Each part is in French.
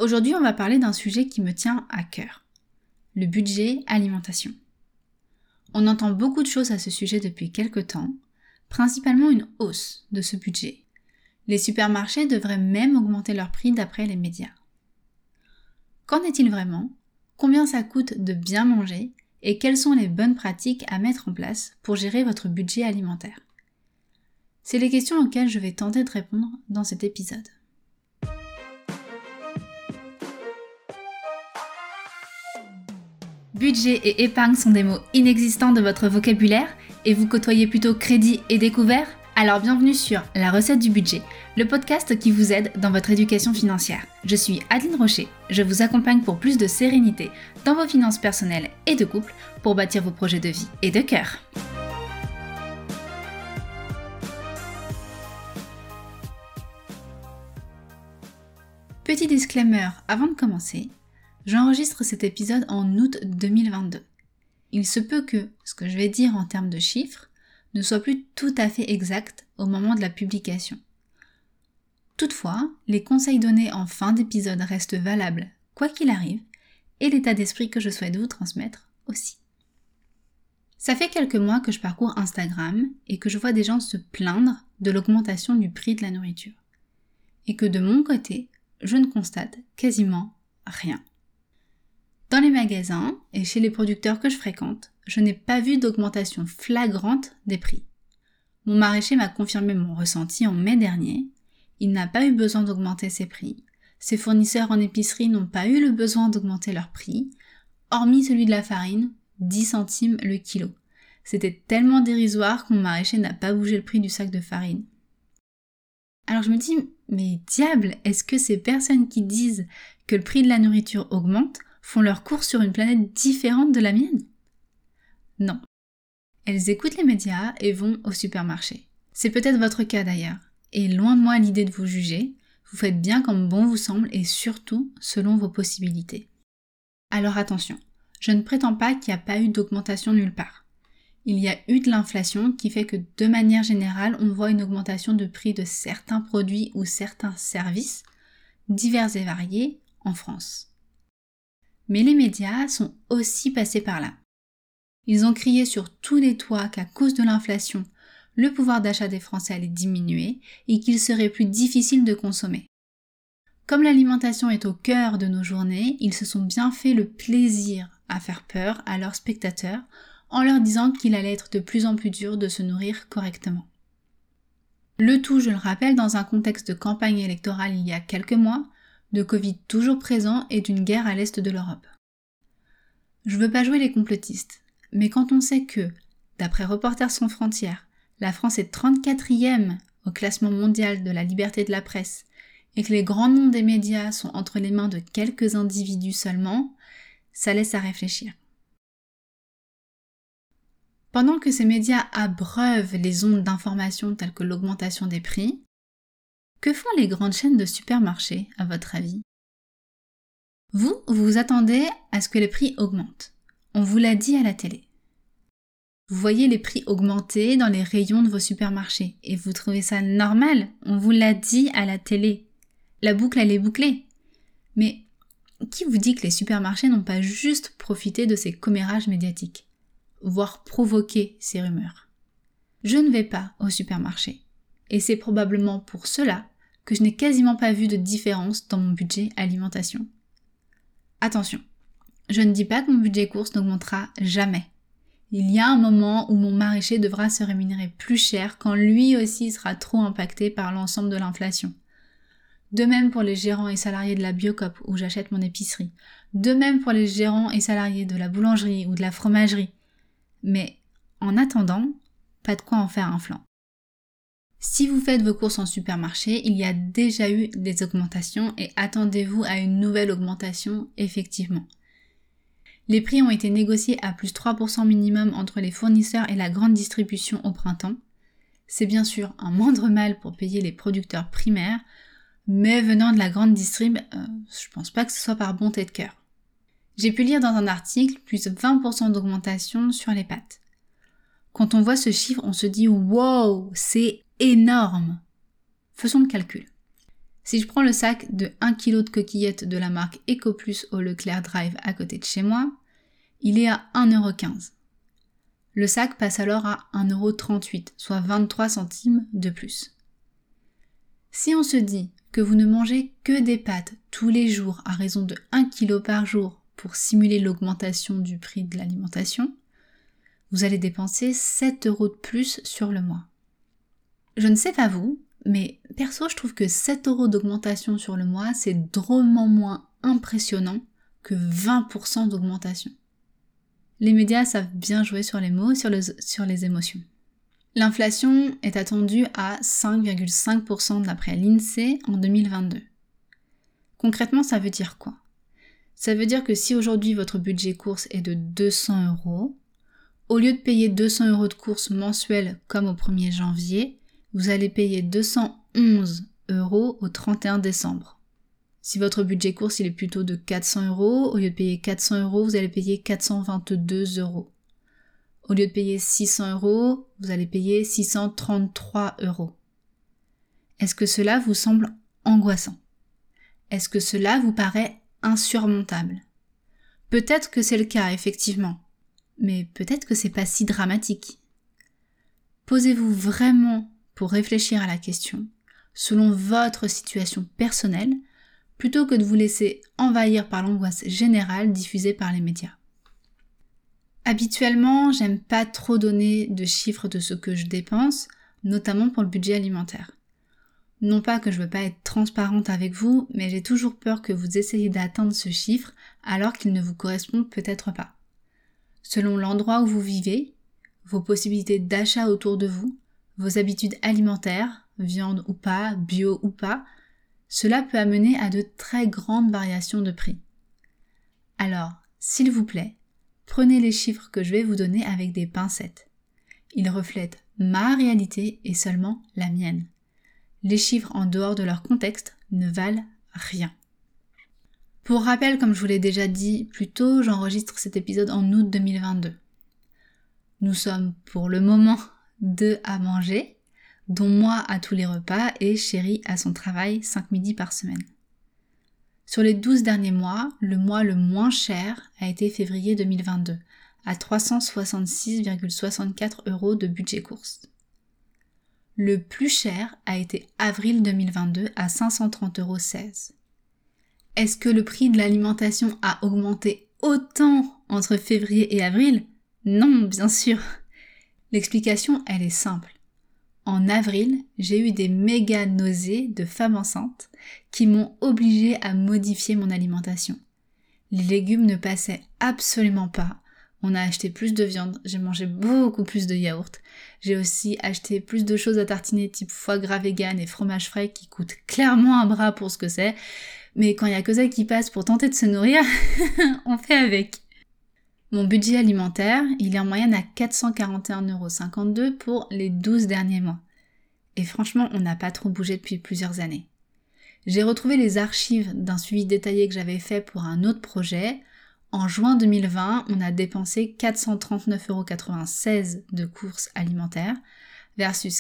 Aujourd'hui, on va parler d'un sujet qui me tient à cœur. Le budget alimentation. On entend beaucoup de choses à ce sujet depuis quelques temps, principalement une hausse de ce budget. Les supermarchés devraient même augmenter leur prix d'après les médias. Qu'en est-il vraiment ? Combien ça coûte de bien manger ? Et quelles sont les bonnes pratiques à mettre en place pour gérer votre budget alimentaire ? C'est les questions auxquelles je vais tenter de répondre dans cet épisode. Budget et épargne sont des mots inexistants de votre vocabulaire et vous côtoyez plutôt crédit et découvert ? Alors bienvenue sur La recette du budget, le podcast qui vous aide dans votre éducation financière. Je suis Adeline Rocher, je vous accompagne pour plus de sérénité dans vos finances personnelles et de couple pour bâtir vos projets de vie et de cœur. Petit disclaimer avant de commencer, j'enregistre cet épisode en août 2022. Il se peut que ce que je vais dire en termes de chiffres ne soit plus tout à fait exact au moment de la publication. Toutefois, les conseils donnés en fin d'épisode restent valables quoi qu'il arrive et l'état d'esprit que je souhaite vous transmettre aussi. Ça fait quelques mois que je parcours Instagram et que je vois des gens se plaindre de l'augmentation du prix de la nourriture. Et que de mon côté, je ne constate quasiment rien. Dans les magasins et chez les producteurs que je fréquente, je n'ai pas vu d'augmentation flagrante des prix. Mon maraîcher m'a confirmé mon ressenti en mai dernier. Il n'a pas eu besoin d'augmenter ses prix. Ses fournisseurs en épicerie n'ont pas eu le besoin d'augmenter leur prix, hormis celui de la farine, 10 centimes le kilo. C'était tellement dérisoire que mon maraîcher n'a pas bougé le prix du sac de farine. Alors je me dis, mais diable, est-ce que ces personnes qui disent que le prix de la nourriture augmente font leur course sur une planète différente de la mienne ? Non. Elles écoutent les médias et vont au supermarché. C'est peut-être votre cas d'ailleurs. Et loin de moi l'idée de vous juger, vous faites bien comme bon vous semble et surtout selon vos possibilités. Alors attention, je ne prétends pas qu'il n'y a pas eu d'augmentation nulle part. Il y a eu de l'inflation qui fait que de manière générale, on voit une augmentation de prix de certains produits ou certains services, divers et variés, en France. Mais les médias sont aussi passés par là. Ils ont crié sur tous les toits qu'à cause de l'inflation, le pouvoir d'achat des Français allait diminuer et qu'il serait plus difficile de consommer. Comme l'alimentation est au cœur de nos journées, ils se sont bien fait le plaisir à faire peur à leurs spectateurs en leur disant qu'il allait être de plus en plus dur de se nourrir correctement. Le tout, je le rappelle, dans un contexte de campagne électorale il y a quelques mois, de Covid toujours présent et d'une guerre à l'est de l'Europe. Je veux pas jouer les complotistes, mais quand on sait que, d'après Reporters sans frontières, la France est 34e au classement mondial de la liberté de la presse et que les grands noms des médias sont entre les mains de quelques individus seulement, ça laisse à réfléchir. Pendant que ces médias abreuvent les ondes d'information telles que l'augmentation des prix, que font les grandes chaînes de supermarchés, à votre avis ? Vous vous attendez à ce que les prix augmentent. On vous l'a dit à la télé. Vous voyez les prix augmenter dans les rayons de vos supermarchés et vous trouvez ça normal, on vous l'a dit à la télé. La boucle, elle est bouclée. Mais qui vous dit que les supermarchés n'ont pas juste profité de ces commérages médiatiques, voire provoqué ces rumeurs ? Je ne vais pas au supermarché. Et c'est probablement pour cela que je n'ai quasiment pas vu de différence dans mon budget alimentation. Attention, je ne dis pas que mon budget course n'augmentera jamais. Il y a un moment où mon maraîcher devra se rémunérer plus cher quand lui aussi sera trop impacté par l'ensemble de l'inflation. De même pour les gérants et salariés de la Biocoop où j'achète mon épicerie. De même pour les gérants et salariés de la boulangerie ou de la fromagerie. Mais en attendant, pas de quoi en faire un flanc. Si vous faites vos courses en supermarché, il y a déjà eu des augmentations et attendez-vous à une nouvelle augmentation effectivement. Les prix ont été négociés à plus 3% minimum entre les fournisseurs et la grande distribution au printemps. C'est bien sûr un moindre mal pour payer les producteurs primaires, mais venant de la grande distrib, je pense pas que ce soit par bonté de cœur. J'ai pu lire dans un article plus 20% d'augmentation sur les pâtes. Quand on voit ce chiffre, on se dit « Wow, c'est énorme !» Faisons le calcul. Si je prends le sac de 1 kg de coquillettes de la marque EcoPlus au Leclerc Drive à côté de chez moi, il est à 1,15 €. Le sac passe alors à 1,38 €, soit 23 centimes de plus. Si on se dit que vous ne mangez que des pâtes tous les jours à raison de 1 kg par jour pour simuler l'augmentation du prix de l'alimentation, vous allez dépenser 7 € de plus sur le mois. Je ne sais pas vous, mais perso je trouve que 7 € d'augmentation sur le mois, c'est drôlement moins impressionnant que 20% d'augmentation. Les médias savent bien jouer sur les mots, sur les émotions. L'inflation est attendue à 5,5% d'après l'INSEE en 2022. Concrètement, ça veut dire quoi ? Ça veut dire que si aujourd'hui votre budget course est de 200 €, au lieu de payer 200 € de courses mensuelles comme au 1er janvier, vous allez payer 211 € au 31 décembre. Si votre budget course il est plutôt de 400 €, au lieu de payer 400 €, vous allez payer 422 €. Au lieu de payer 600 €, vous allez payer 633 €. Est-ce que cela vous semble angoissant ? Est-ce que cela vous paraît insurmontable ? Peut-être que c'est le cas, effectivement, mais peut-être que c'est pas si dramatique. Posez-vous vraiment pour réfléchir à la question, selon votre situation personnelle, plutôt que de vous laisser envahir par l'angoisse générale diffusée par les médias. Habituellement, j'aime pas trop donner de chiffres de ce que je dépense, notamment pour le budget alimentaire. Non pas que je veux pas être transparente avec vous, mais j'ai toujours peur que vous essayiez d'atteindre ce chiffre alors qu'il ne vous correspond peut-être pas. Selon l'endroit où vous vivez, vos possibilités d'achat autour de vous, vos habitudes alimentaires, viande ou pas, bio ou pas, cela peut amener à de très grandes variations de prix. Alors, s'il vous plaît, prenez les chiffres que je vais vous donner avec des pincettes. Ils reflètent ma réalité et seulement la mienne. Les chiffres en dehors de leur contexte ne valent rien. Pour rappel, comme je vous l'ai déjà dit plus tôt, j'enregistre cet épisode en août 2022. Nous sommes pour le moment 2 à manger, dont moi à tous les repas et Chérie à son travail 5 midis par semaine. Sur les 12 derniers mois, le mois le moins cher a été février 2022, à 366,64 € de budget course. Le plus cher a été avril 2022 à 530,16 €. Est-ce que le prix de l'alimentation a augmenté autant entre février et avril ? Non, bien sûr. L'explication, elle est simple. En avril, j'ai eu des méga nausées de femme enceinte qui m'ont obligée à modifier mon alimentation. Les légumes ne passaient absolument pas. On a acheté plus de viande, j'ai mangé beaucoup plus de yaourt. J'ai aussi acheté plus de choses à tartiner type foie gras vegan et fromage frais qui coûtent clairement un bras pour ce que c'est. Mais quand il y a que ça qui passe pour tenter de se nourrir, on fait avec. Mon budget alimentaire, il est en moyenne à 441,52 € pour les 12 derniers mois. Et franchement, on n'a pas trop bougé depuis plusieurs années. J'ai retrouvé les archives d'un suivi détaillé que j'avais fait pour un autre projet. En juin 2020, on a dépensé 439,96 € de courses alimentaires versus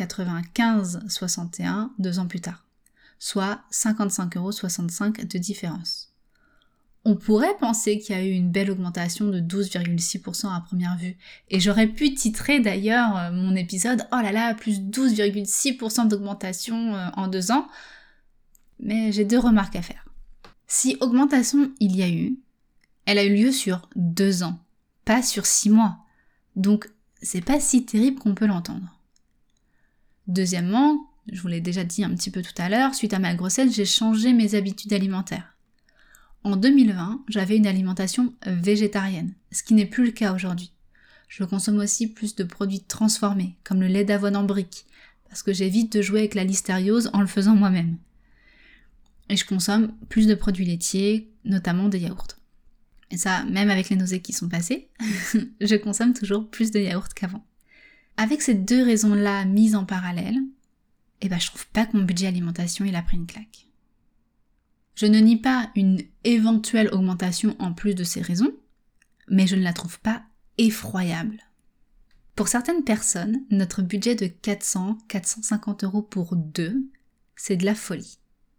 495,61 € 2 ans plus tard, soit 55,65 € de différence. On pourrait penser qu'il y a eu une belle augmentation de 12,6% à première vue. Et j'aurais pu titrer d'ailleurs mon épisode « Oh là là, plus 12,6% d'augmentation en 2 ans ». Mais j'ai 2 remarques à faire. Si augmentation il y a eu, elle a eu lieu sur 2 ans, pas sur 6 mois. Donc c'est pas si terrible qu'on peut l'entendre. Deuxièmement, je vous l'ai déjà dit un petit peu tout à l'heure, suite à ma grossesse, j'ai changé mes habitudes alimentaires. En 2020, j'avais une alimentation végétarienne, ce qui n'est plus le cas aujourd'hui. Je consomme aussi plus de produits transformés, comme le lait d'avoine en briques, parce que j'évite de jouer avec la listériose en le faisant moi-même. Et je consomme plus de produits laitiers, notamment des yaourts. Et ça, même avec les nausées qui sont passées, je consomme toujours plus de yaourts qu'avant. Avec ces 2 raisons-là mises en parallèle, je trouve pas que mon budget alimentation il a pris une claque. Je ne nie pas une éventuelle augmentation en plus de ces raisons, mais je ne la trouve pas effroyable. Pour certaines personnes, notre budget de 400-450 € pour 2, c'est de la folie.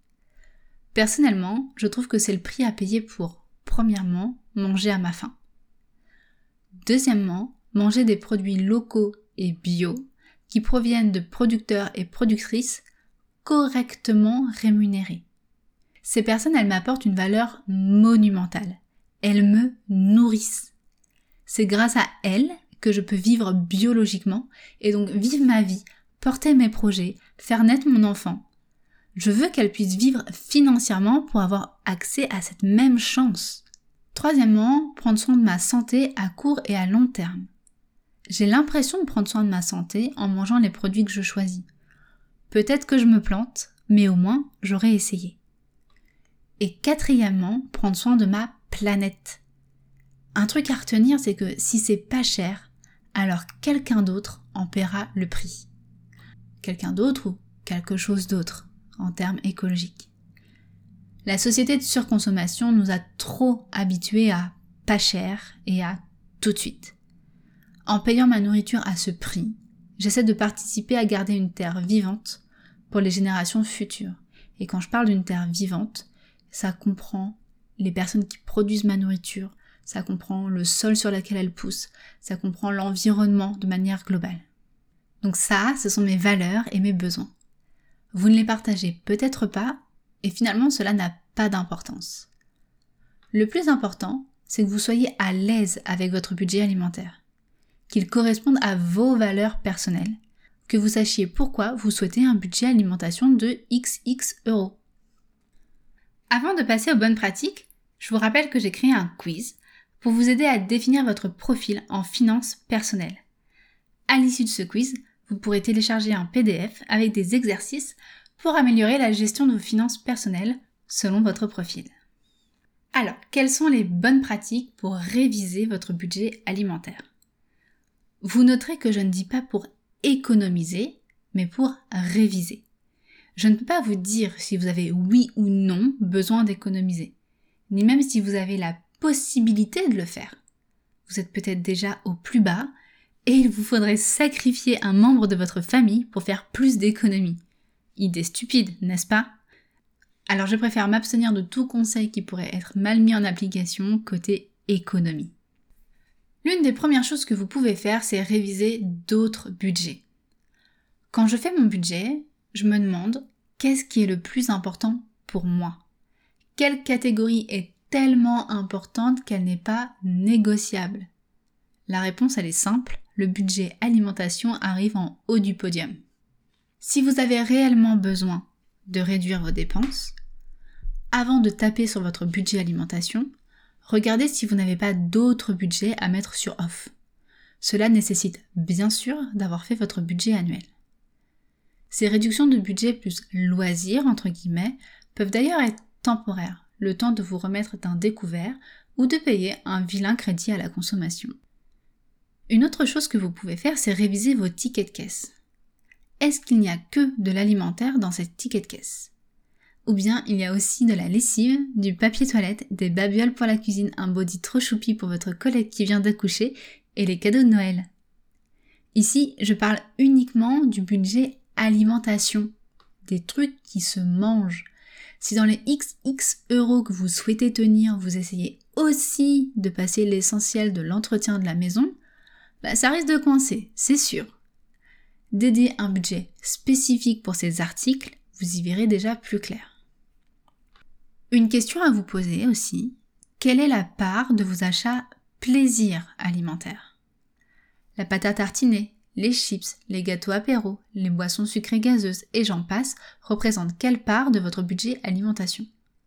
Personnellement, je trouve que c'est le prix à payer pour, premièrement, manger à ma faim. Deuxièmement, manger des produits locaux et bio qui proviennent de producteurs et productrices correctement rémunérés. Ces personnes, elles m'apportent une valeur monumentale. Elles me nourrissent. C'est grâce à elles que je peux vivre biologiquement et donc vivre ma vie, porter mes projets, faire naître mon enfant. Je veux qu'elles puissent vivre financièrement pour avoir accès à cette même chance. Troisièmement, prendre soin de ma santé à court et à long terme. J'ai l'impression de prendre soin de ma santé en mangeant les produits que je choisis. Peut-être que je me plante, mais au moins j'aurai essayé. Et quatrièmement, prendre soin de ma planète. Un truc à retenir, c'est que si c'est pas cher, alors quelqu'un d'autre en paiera le prix. Quelqu'un d'autre ou quelque chose d'autre en termes écologiques. La société de surconsommation nous a trop habitués à pas cher et à tout de suite. En payant ma nourriture à ce prix, j'essaie de participer à garder une terre vivante pour les générations futures. Et quand je parle d'une terre vivante, ça comprend les personnes qui produisent ma nourriture, ça comprend le sol sur lequel elle pousse, ça comprend l'environnement de manière globale. Donc ça, ce sont mes valeurs et mes besoins. Vous ne les partagez peut-être pas, et finalement cela n'a pas d'importance. Le plus important, c'est que vous soyez à l'aise avec votre budget alimentaire, qu'il corresponde à vos valeurs personnelles, que vous sachiez pourquoi vous souhaitez un budget alimentation de XX euros. Avant de passer aux bonnes pratiques, je vous rappelle que j'ai créé un quiz pour vous aider à définir votre profil en finances personnelles. À l'issue de ce quiz, vous pourrez télécharger un PDF avec des exercices pour améliorer la gestion de vos finances personnelles selon votre profil. Alors, quelles sont les bonnes pratiques pour réviser votre budget alimentaire ? Vous noterez que je ne dis pas pour économiser, mais pour réviser. Je ne peux pas vous dire si vous avez oui ou non besoin d'économiser, ni même si vous avez la possibilité de le faire. Vous êtes peut-être déjà au plus bas et il vous faudrait sacrifier un membre de votre famille pour faire plus d'économies. Idée stupide, n'est-ce pas ? Alors je préfère m'abstenir de tout conseil qui pourrait être mal mis en application côté économie. L'une des premières choses que vous pouvez faire, c'est réviser d'autres budgets. Quand je fais mon budget, je me demande qu'est-ce qui est le plus important pour moi ? Quelle catégorie est tellement importante qu'elle n'est pas négociable ? La réponse, elle est simple, le budget alimentation arrive en haut du podium. Si vous avez réellement besoin de réduire vos dépenses, avant de taper sur votre budget alimentation, regardez si vous n'avez pas d'autres budgets à mettre sur off. Cela nécessite bien sûr d'avoir fait votre budget annuel. Ces réductions de budget plus loisirs, entre guillemets, peuvent d'ailleurs être temporaires, le temps de vous remettre d'un découvert ou de payer un vilain crédit à la consommation. Une autre chose que vous pouvez faire, c'est réviser vos tickets de caisse. Est-ce qu'il n'y a que de l'alimentaire dans ces tickets de caisse ? Ou bien il y a aussi de la lessive, du papier toilette, des babioles pour la cuisine, un body trop choupi pour votre collègue qui vient d'accoucher et les cadeaux de Noël. Ici, je parle uniquement du budget alimentation, des trucs qui se mangent. Si dans les XX euros que vous souhaitez tenir, vous essayez aussi de passer l'essentiel de l'entretien de la maison, ça risque de coincer, c'est sûr. Dédier un budget spécifique pour ces articles, vous y verrez déjà plus clair. Une question à vous poser aussi, quelle est la part de vos achats plaisir alimentaire ? La pâte à tartiner, les chips, les gâteaux apéro, les boissons sucrées gazeuses et j'en passe représentent quelle part de votre budget alimentation ?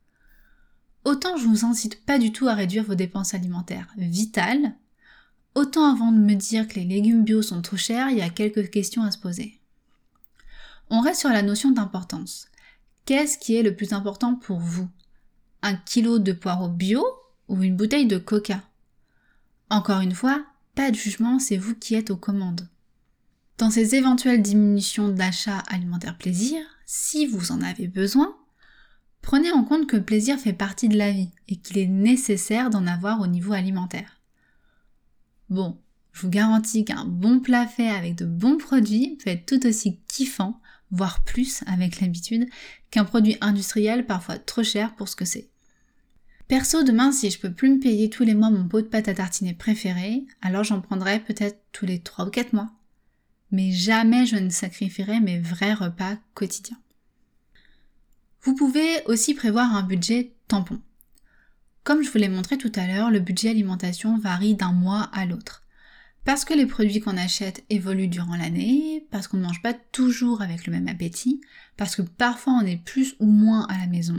Autant je vous incite pas du tout à réduire vos dépenses alimentaires vitales, autant avant de me dire que les légumes bio sont trop chers, il y a quelques questions à se poser. On reste sur la notion d'importance. Qu'est-ce qui est le plus important pour vous ? 1 kilo de poireaux bio ou une bouteille de coca ? Encore une fois, pas de jugement, c'est vous qui êtes aux commandes. Dans ces éventuelles diminutions d'achats alimentaires plaisir, si vous en avez besoin, prenez en compte que le plaisir fait partie de la vie et qu'il est nécessaire d'en avoir au niveau alimentaire. Bon, je vous garantis qu'un bon plat fait avec de bons produits peut être tout aussi kiffant, voire plus avec l'habitude, qu'un produit industriel parfois trop cher pour ce que c'est. Perso, demain, si je peux plus me payer tous les mois mon pot de pâte à tartiner préféré, alors j'en prendrai peut-être tous les 3 ou 4 mois. Mais jamais je ne sacrifierai mes vrais repas quotidiens. Vous pouvez aussi prévoir un budget tampon. Comme je vous l'ai montré tout à l'heure, le budget alimentation varie d'un mois à l'autre. Parce que les produits qu'on achète évoluent durant l'année, parce qu'on ne mange pas toujours avec le même appétit, parce que parfois on est plus ou moins à la maison.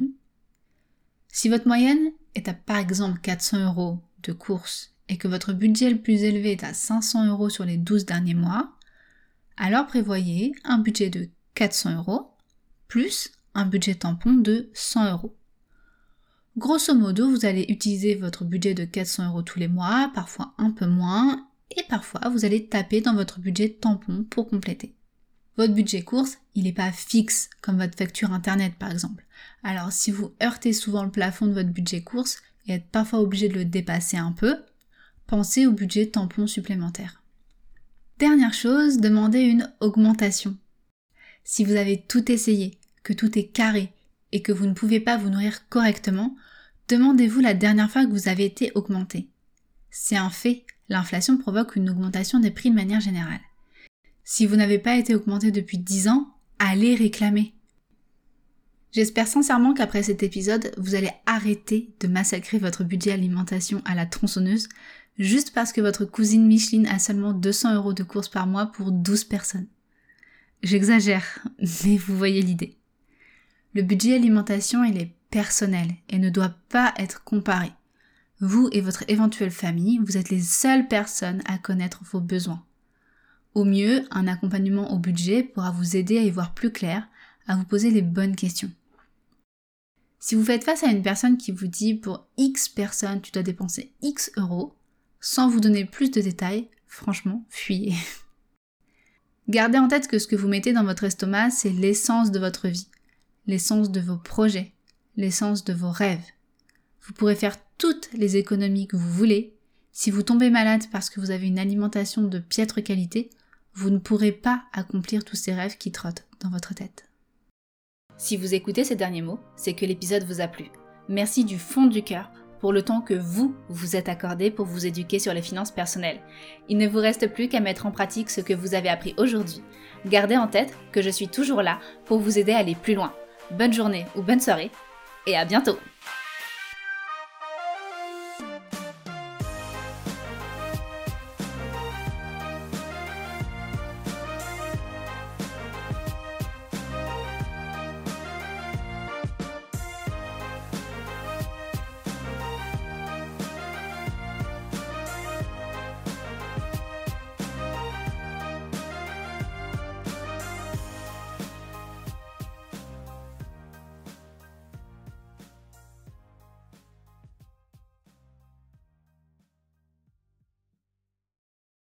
Si votre moyenne est à par exemple 400 € de courses et que votre budget le plus élevé est à 500 € sur les 12 derniers mois, alors prévoyez un budget de 400 € plus un budget tampon de 100 €. Grosso modo, vous allez utiliser votre budget de 400 € tous les mois, parfois un peu moins, et parfois vous allez taper dans votre budget tampon pour compléter. Votre budget course, il n'est pas fixe comme votre facture internet par exemple. Alors si vous heurtez souvent le plafond de votre budget course et êtes parfois obligé de le dépasser un peu, pensez au budget tampon supplémentaire. Dernière chose, demandez une augmentation. Si vous avez tout essayé, que tout est carré et que vous ne pouvez pas vous nourrir correctement, demandez-vous la dernière fois que vous avez été augmenté. C'est un fait, l'inflation provoque une augmentation des prix de manière générale. Si vous n'avez pas été augmenté depuis 10 ans, allez réclamer. J'espère sincèrement qu'après cet épisode, vous allez arrêter de massacrer votre budget alimentation à la tronçonneuse juste parce que votre cousine Micheline a seulement 200 € de courses par mois pour 12 personnes. J'exagère, mais vous voyez l'idée. Le budget alimentation, il est personnel et ne doit pas être comparé. Vous et votre éventuelle famille, vous êtes les seules personnes à connaître vos besoins. Au mieux, un accompagnement au budget pourra vous aider à y voir plus clair, à vous poser les bonnes questions. Si vous faites face à une personne qui vous dit pour X personnes tu dois dépenser X euros, sans vous donner plus de détails, franchement, fuyez. Gardez en tête que ce que vous mettez dans votre estomac, c'est l'essence de votre vie, l'essence de vos projets, l'essence de vos rêves. Vous pourrez faire toutes les économies que vous voulez. Si vous tombez malade parce que vous avez une alimentation de piètre qualité, vous ne pourrez pas accomplir tous ces rêves qui trottent dans votre tête. Si vous écoutez ces derniers mots, c'est que l'épisode vous a plu. Merci du fond du cœur pour le temps que vous vous êtes accordé pour vous éduquer sur les finances personnelles. Il ne vous reste plus qu'à mettre en pratique ce que vous avez appris aujourd'hui. Gardez en tête que je suis toujours là pour vous aider à aller plus loin. Bonne journée ou bonne soirée et à bientôt!